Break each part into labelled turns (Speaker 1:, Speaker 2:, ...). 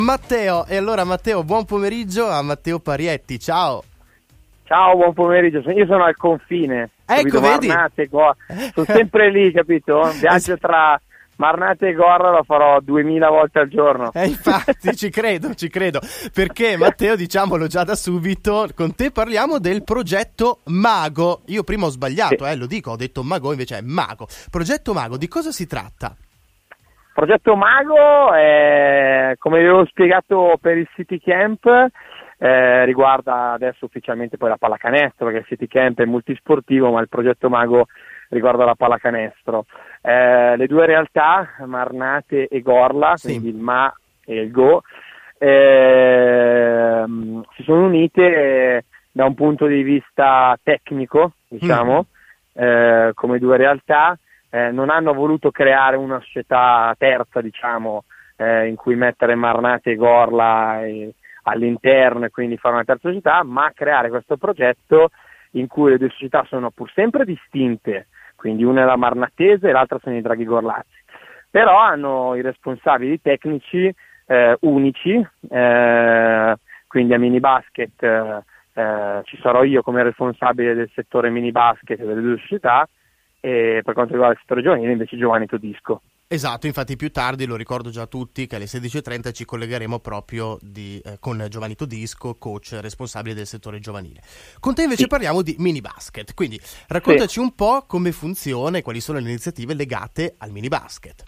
Speaker 1: Matteo, e allora Matteo, buon pomeriggio a Matteo Parietti, ciao.
Speaker 2: Ciao, buon pomeriggio. Io sono al confine.
Speaker 1: Ecco, vedi?
Speaker 2: Marnate, sono sempre lì, capito? Viaggio tra Marnate e Gorra, lo farò 2000 volte al giorno.
Speaker 1: Infatti, ci credo. Perché Matteo, diciamolo già da subito, con te parliamo del progetto Mago. Io prima ho sbagliato,
Speaker 2: Sì.
Speaker 1: lo dico, ho detto Mago, invece è Mago. Progetto Mago, di cosa si tratta?
Speaker 2: Progetto Mago, come vi avevo spiegato per il City Camp, riguarda adesso ufficialmente poi la pallacanestro, perché il City Camp è multisportivo, ma il progetto Mago riguarda la pallacanestro. Le due realtà, Marnate e Gorla,
Speaker 1: Sì.
Speaker 2: quindi il Ma e il Go, si sono unite da un punto di vista tecnico, diciamo, come due realtà. Non hanno voluto creare una società terza, diciamo, in cui mettere Marnate e Gorla all'interno e quindi fare una terza società, ma creare questo progetto in cui le due società sono pur sempre distinte, quindi una è la Marnatese e l'altra sono i Draghi Gorlazzi, però hanno i responsabili tecnici unici, quindi a Minibasket ci sarò io come responsabile del settore Minibasket delle due società, e per quanto riguarda il settore giovanile invece Giovanni Todisco.
Speaker 1: Esatto, infatti più tardi, lo ricordo già a tutti, che alle 16:30 ci collegheremo proprio con Giovanni Todisco, coach responsabile del settore giovanile. Con te invece parliamo di Minibasket, quindi raccontaci un po' come funziona e quali sono le iniziative legate al Minibasket.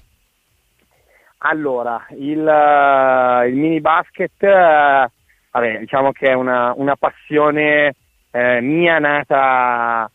Speaker 2: Allora, il Minibasket, diciamo che è una passione mia nata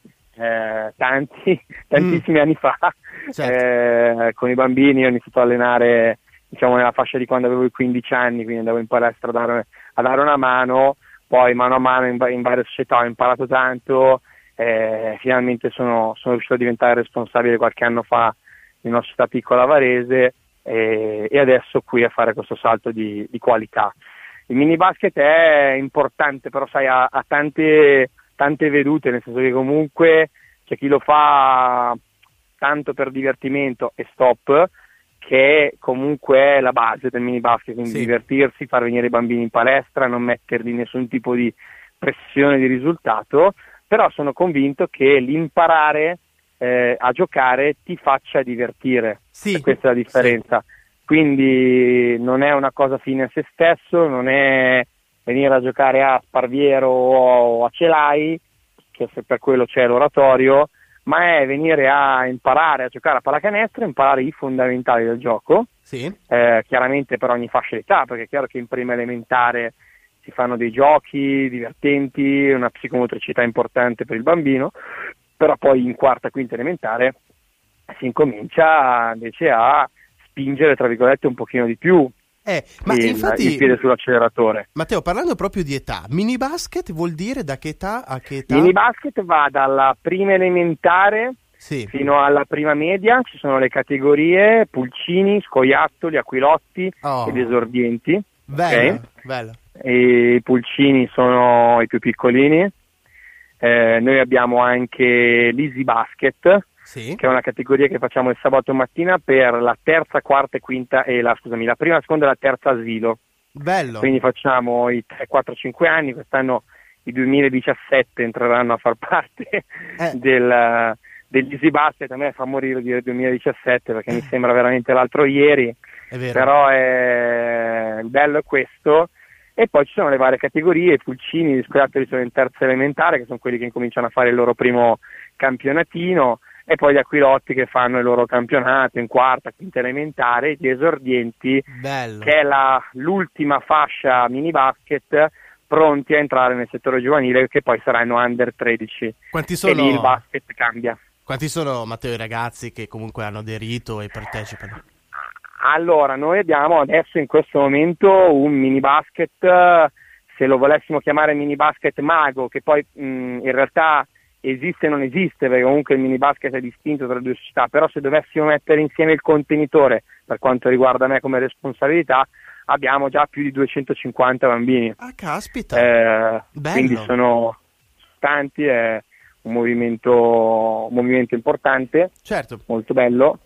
Speaker 2: tantissimi anni fa.
Speaker 1: Certo.
Speaker 2: Con i bambini ho iniziato a allenare, diciamo, nella fascia di quando avevo i 15 anni, quindi andavo in palestra a dare una mano, poi mano a mano in varie società ho imparato tanto, finalmente sono riuscito a diventare responsabile qualche anno fa in una società piccola a Varese, e adesso qui a fare questo salto di qualità. Il Minibasket è importante, però sai, ha tante vedute, nel senso che comunque c'è chi lo fa tanto per divertimento e stop, che comunque è la base del Minibasket, quindi divertirsi, far venire i bambini in palestra, non metterli nessun tipo di pressione di risultato, però sono convinto che l'imparare a giocare ti faccia divertire, e questa è la differenza. Quindi non è una cosa fine a se stesso, non è venire a giocare a Sparviero o a Celai, che se per quello c'è l'oratorio, ma è venire a imparare a giocare a pallacanestro, imparare i fondamentali del gioco, chiaramente per ogni fascia d'età, perché è chiaro che in prima elementare si fanno dei giochi divertenti, una psicomotricità importante per il bambino, però poi in quarta, quinta elementare si incomincia invece a spingere, tra virgolette, un pochino di più
Speaker 1: infatti,
Speaker 2: il piede sull'acceleratore.
Speaker 1: Matteo, parlando proprio di età, Minibasket vuol dire da che età a che età?
Speaker 2: Minibasket va dalla prima elementare fino alla prima media, ci sono le categorie pulcini, scoiattoli, aquilotti ed esordienti.
Speaker 1: Bello.
Speaker 2: E i pulcini sono i più piccolini. Noi abbiamo anche l'Easy Basket, che è una categoria che facciamo il sabato mattina per la terza, quarta e quinta la prima, la seconda e la terza asilo.
Speaker 1: Bello.
Speaker 2: Quindi facciamo i 3, 4, 5 anni, quest'anno i 2017 entreranno a far parte dell'Easy Basket. A me fa morire dire 2017 perché mi sembra veramente l'altro ieri, però il bello è questo. E poi ci sono le varie categorie, i pulcini, gli scoiattoli sono in terza elementare, che sono quelli che incominciano a fare il loro primo campionatino, e poi gli aquilotti che fanno il loro campionato in quarta, quinta elementare, gli esordienti, che è l'ultima fascia Minibasket, pronti a entrare nel settore giovanile, che poi saranno under 13.
Speaker 1: Quanti sono?
Speaker 2: E lì il basket cambia.
Speaker 1: Quanti sono, Matteo, i ragazzi che comunque hanno aderito e partecipano?
Speaker 2: Allora, noi abbiamo adesso in questo momento un Minibasket, se lo volessimo chiamare Minibasket Mago, che poi in realtà esiste e non esiste, perché comunque il Minibasket è distinto tra le due società, però se dovessimo mettere insieme il contenitore, per quanto riguarda me come responsabilità, abbiamo già più di 250 bambini.
Speaker 1: Ah, caspita!
Speaker 2: Quindi sono tanti, è un movimento importante,
Speaker 1: certo,
Speaker 2: molto bello.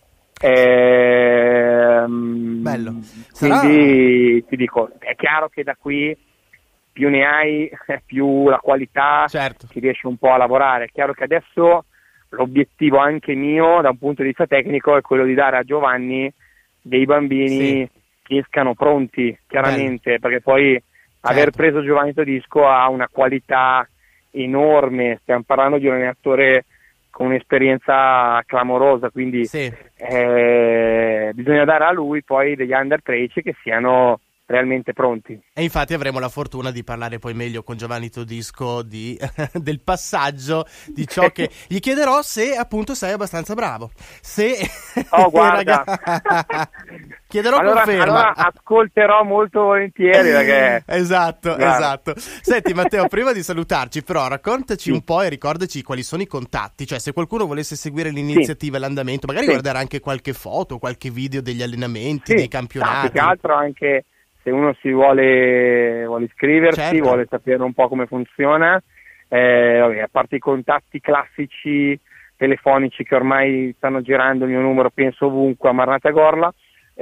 Speaker 1: Bello.
Speaker 2: Quindi ti dico, è chiaro che da qui più ne hai, più la qualità
Speaker 1: certo.
Speaker 2: si riesce un po' a lavorare. È chiaro che adesso l'obiettivo anche mio da un punto di vista tecnico è quello di dare a Giovanni dei bambini che escano pronti, chiaramente, bello. Perché poi aver preso Giovanni Todisco ha una qualità enorme, stiamo parlando di un allenatore con un'esperienza clamorosa, quindi bisogna dare a lui poi degli under 13 che siano realmente pronti.
Speaker 1: E infatti avremo la fortuna di parlare poi meglio con Giovanni Todisco del passaggio, di ciò che gli chiederò, se appunto sei abbastanza bravo.
Speaker 2: Guarda.
Speaker 1: Chiederò conferma.
Speaker 2: Allora ascolterò molto volentieri perché...
Speaker 1: Esatto. Senti Matteo, prima di salutarci però raccontaci un po' e ricordaci quali sono i contatti, cioè se qualcuno volesse seguire l'iniziativa e l'andamento, magari guardare anche qualche foto, qualche video degli allenamenti, dei campionati.
Speaker 2: Più che altro anche se uno si vuole iscriversi, vuole sapere un po' come funziona, a parte i contatti classici telefonici che ormai stanno girando, il mio numero penso ovunque a Marnata Gorla,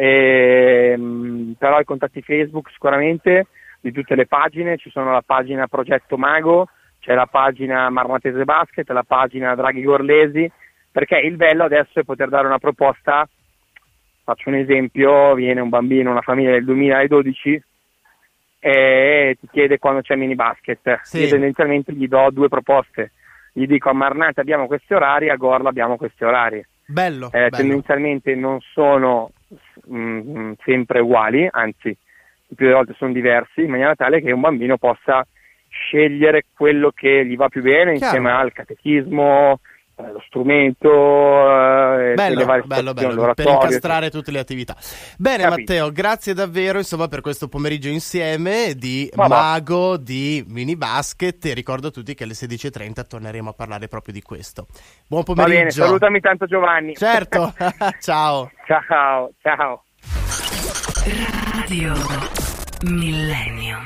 Speaker 2: però i contatti Facebook sicuramente di tutte le pagine, ci sono la pagina Progetto Mago, c'è la pagina Marmatese Basket, la pagina Draghi Gorlesi, perché il bello adesso è poter dare una proposta. Faccio un esempio, viene un bambino, una famiglia del 2012 e ti chiede quando c'è mini basket. Io tendenzialmente gli do 2 proposte, gli dico a Marnate abbiamo questi orari, a Gorla abbiamo questi orari.
Speaker 1: Bello.
Speaker 2: Tendenzialmente non sono sempre uguali, anzi il più delle volte sono diversi, in maniera tale che un bambino possa scegliere quello che gli va più bene. Chiaro. Insieme al catechismo, lo strumento,
Speaker 1: bello, per incastrare tutte le attività. Bene. Capito. Matteo, grazie davvero insomma per questo pomeriggio insieme di Mago, di mini basket, e ricordo a tutti che alle 16:30 torneremo a parlare proprio di questo. Buon pomeriggio.
Speaker 2: Va bene, salutami tanto Giovanni.
Speaker 1: Certo. Ciao
Speaker 2: Radio Millennio.